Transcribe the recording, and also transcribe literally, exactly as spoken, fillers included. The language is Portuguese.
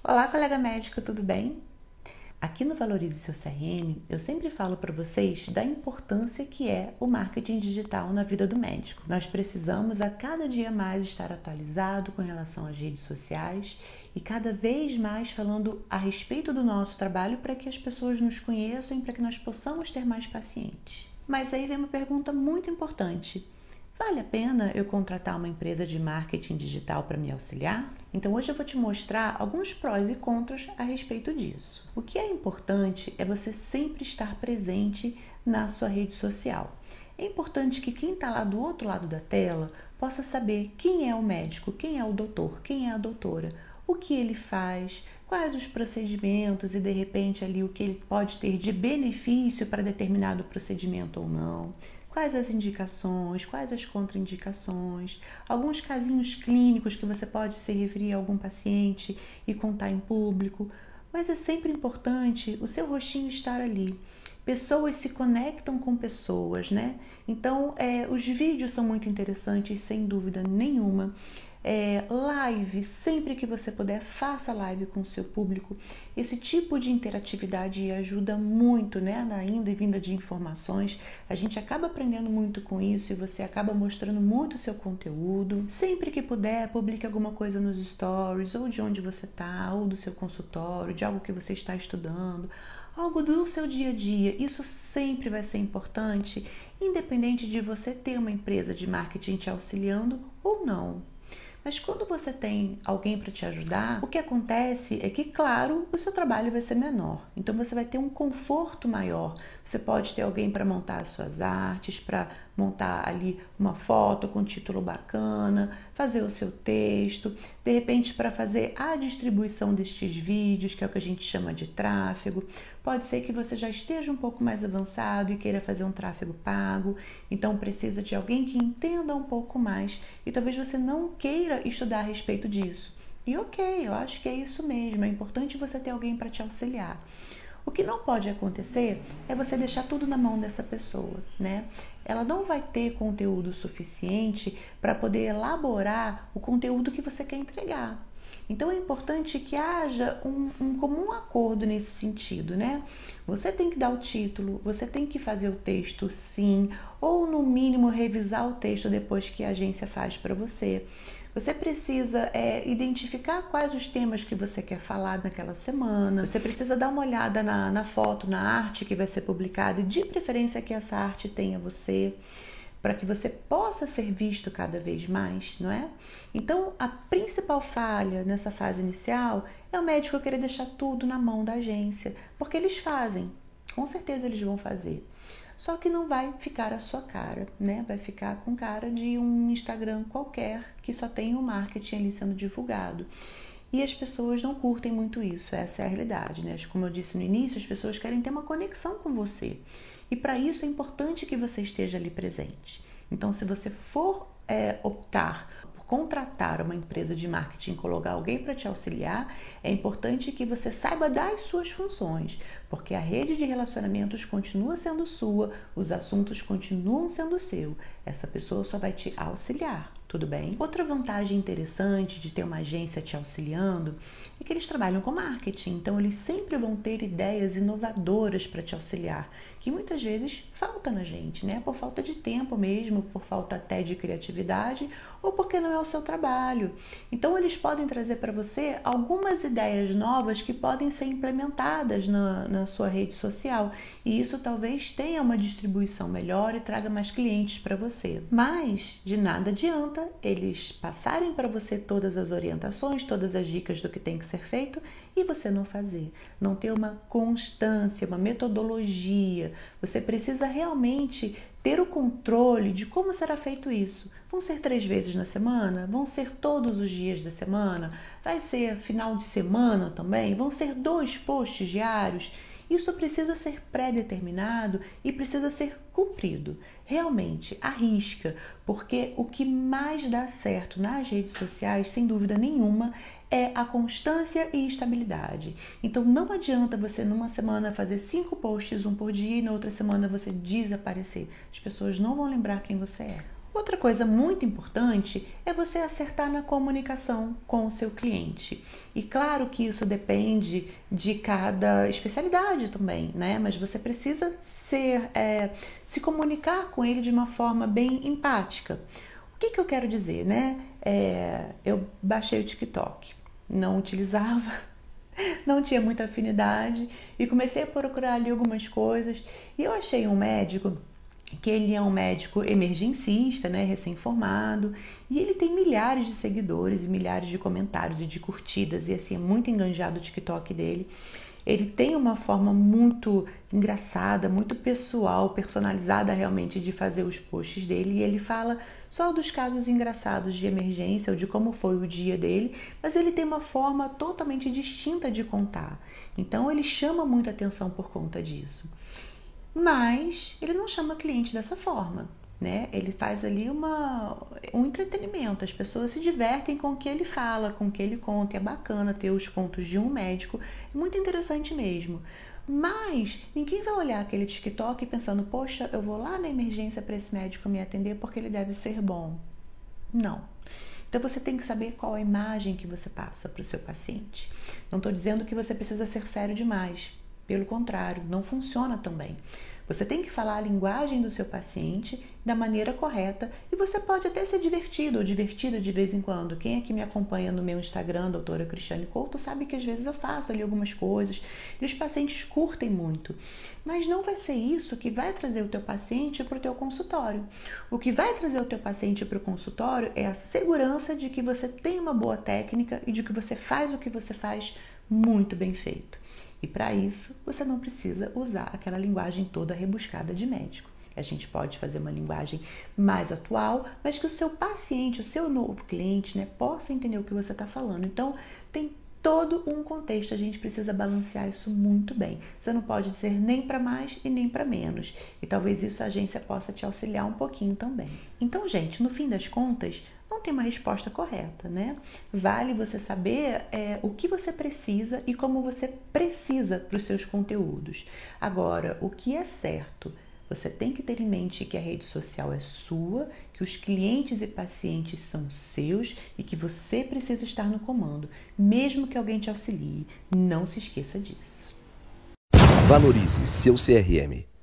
Olá, colega médico, tudo bem? Aqui no Valorize Seu C R M, eu sempre falo para vocês da importância que é o marketing digital na vida do médico. Nós precisamos a cada dia mais estar atualizado com relação às redes sociais e cada vez mais falando a respeito do nosso trabalho para que as pessoas nos conheçam e para que nós possamos ter mais pacientes. Mas aí vem uma pergunta muito importante. Vale a pena eu contratar uma empresa de marketing digital para me auxiliar? Então hoje eu vou te mostrar alguns prós e contras a respeito disso. O que é importante é você sempre estar presente na sua rede social. É importante que quem está lá do outro lado da tela possa saber quem é o médico, quem é o doutor, quem é a doutora, o que ele faz, quais os procedimentos e de repente ali o que ele pode ter de benefício para determinado procedimento ou não. Quais as indicações, quais as contraindicações, alguns casinhos clínicos que você pode se referir a algum paciente e contar em público, mas é sempre importante o seu rostinho estar ali. Pessoas se conectam com pessoas, né? Então, é, os vídeos são muito interessantes, sem dúvida nenhuma. É, live, sempre que você puder, faça live com o seu público. Esse tipo de interatividade ajuda muito, né, na ida e vinda de informações. A gente acaba aprendendo muito com isso e você acaba mostrando muito o seu conteúdo. Sempre que puder, publique alguma coisa nos stories, ou de onde você está, ou do seu consultório, de algo que você está estudando, algo do seu dia a dia. Isso sempre vai ser importante, independente de você ter uma empresa de marketing te auxiliando ou não. Mas quando você tem alguém para te ajudar, o que acontece é que, claro, o seu trabalho vai ser menor. Então você vai ter um conforto maior. Você pode ter alguém para montar as suas artes, para montar ali uma foto com um título bacana, fazer o seu texto, de repente para fazer a distribuição destes vídeos, que é o que a gente chama de tráfego. Pode ser que você já esteja um pouco mais avançado e queira fazer um tráfego pago, então precisa de alguém que entenda um pouco mais e talvez você não queira estudar a respeito disso. E ok, eu acho que é isso mesmo, é importante você ter alguém para te auxiliar. O que não pode acontecer é você deixar tudo na mão dessa pessoa, né? Ela não vai ter conteúdo suficiente para poder elaborar o conteúdo que você quer entregar. Então é importante que haja um, um comum acordo nesse sentido, né? Você tem que dar o título, você tem que fazer o texto sim, ou no mínimo revisar o texto depois que a agência faz para você. Você precisa é, identificar quais os temas que você quer falar naquela semana. Você precisa dar uma olhada na, na foto, na arte que vai ser publicada e de preferência que essa arte tenha você, para que você possa ser visto cada vez mais, não é? Então, a principal falha nessa fase inicial é o médico querer deixar tudo na mão da agência, porque eles fazem, com certeza eles vão fazer. Só que não vai ficar a sua cara, né? Vai ficar com cara de um Instagram qualquer que só tem o marketing ali sendo divulgado. E as pessoas não curtem muito isso, essa é a realidade, né? Como eu disse no início, as pessoas querem ter uma conexão com você. E para isso é importante que você esteja ali presente. Então, se você for é, optar por contratar uma empresa de marketing, colocar alguém para te auxiliar, é importante que você saiba das suas funções, porque a rede de relacionamentos continua sendo sua, os assuntos continuam sendo seu. Essa pessoa só vai te auxiliar. Tudo bem? Outra vantagem interessante de ter uma agência te auxiliando é que eles trabalham com marketing, então eles sempre vão ter ideias inovadoras para te auxiliar, que muitas vezes falta na gente, né? Por falta de tempo mesmo, por falta até de criatividade ou porque não é o seu trabalho. Então eles podem trazer para você algumas ideias novas que podem ser implementadas na, na sua rede social e isso talvez tenha uma distribuição melhor e traga mais clientes para você. Mas de nada adianta eles passarem para você todas as orientações, todas as dicas do que tem que ser feito e você não fazer, não ter uma constância, uma metodologia. Você precisa realmente ter o controle de como será feito isso. Vão ser três vezes na semana? Vão ser todos os dias da semana? Vai ser final de semana também? Vão ser dois posts diários? Isso precisa ser pré-determinado e precisa ser cumprido. Realmente, arrisca, porque o que mais dá certo nas redes sociais, sem dúvida nenhuma, é a constância e estabilidade. Então não adianta você numa semana fazer cinco posts, um por dia, e na outra semana você desaparecer. As pessoas não vão lembrar quem você é. O Outra coisa muito importante é você acertar na comunicação com o seu cliente. E claro que isso depende de cada especialidade também, né? Mas você precisa ser, é, se comunicar com ele de uma forma bem empática. O que que eu quero dizer, né? É, eu baixei o TikTok, não utilizava, não tinha muita afinidade e comecei a procurar ali algumas coisas e eu achei um médico que ele é um médico emergencista, né, recém-formado, e ele tem milhares de seguidores e milhares de comentários e de curtidas, e assim, é muito enganjado o TikTok dele. Ele tem uma forma muito engraçada, muito pessoal, personalizada realmente de fazer os posts dele, e ele fala só dos casos engraçados de emergência ou de como foi o dia dele, mas ele tem uma forma totalmente distinta de contar. Então ele chama muita atenção por conta disso. Mas ele não chama cliente dessa forma, né? Ele faz ali uma, um entretenimento, as pessoas se divertem com o que ele fala, com o que ele conta, é bacana ter os contos de um médico, é muito interessante mesmo. Mas ninguém vai olhar aquele TikTok pensando, poxa, eu vou lá na emergência para esse médico me atender porque ele deve ser bom. Não. Então você tem que saber qual a imagem que você passa para o seu paciente. Não estou dizendo que você precisa ser sério demais. Pelo contrário, não funciona tão bem. Você tem que falar a linguagem do seu paciente da maneira correta e você pode até ser divertido ou divertida de vez em quando. Quem aqui me acompanha no meu Instagram, doutora Cristiane Couto, sabe que às vezes eu faço ali algumas coisas e os pacientes curtem muito. Mas não vai ser isso que vai trazer o teu paciente para o teu consultório. O que vai trazer o teu paciente para o consultório é a segurança de que você tem uma boa técnica e de que você faz o que você faz muito bem feito. E para isso, você não precisa usar aquela linguagem toda rebuscada de médico. A gente pode fazer uma linguagem mais atual, mas que o seu paciente, o seu novo cliente, né, possa entender o que você está falando. Então, tem todo um contexto, a gente precisa balancear isso muito bem. Você não pode dizer nem para mais e nem para menos. E talvez isso a agência possa te auxiliar um pouquinho também. Então, gente, no fim das contas, não tem uma resposta correta, né? Vale você saber é, o que você precisa e como você precisa para os seus conteúdos. Agora, o que é certo? Você tem que ter em mente que a rede social é sua, que os clientes e pacientes são seus e que você precisa estar no comando, mesmo que alguém te auxilie. Não se esqueça disso. Valorize seu C R M.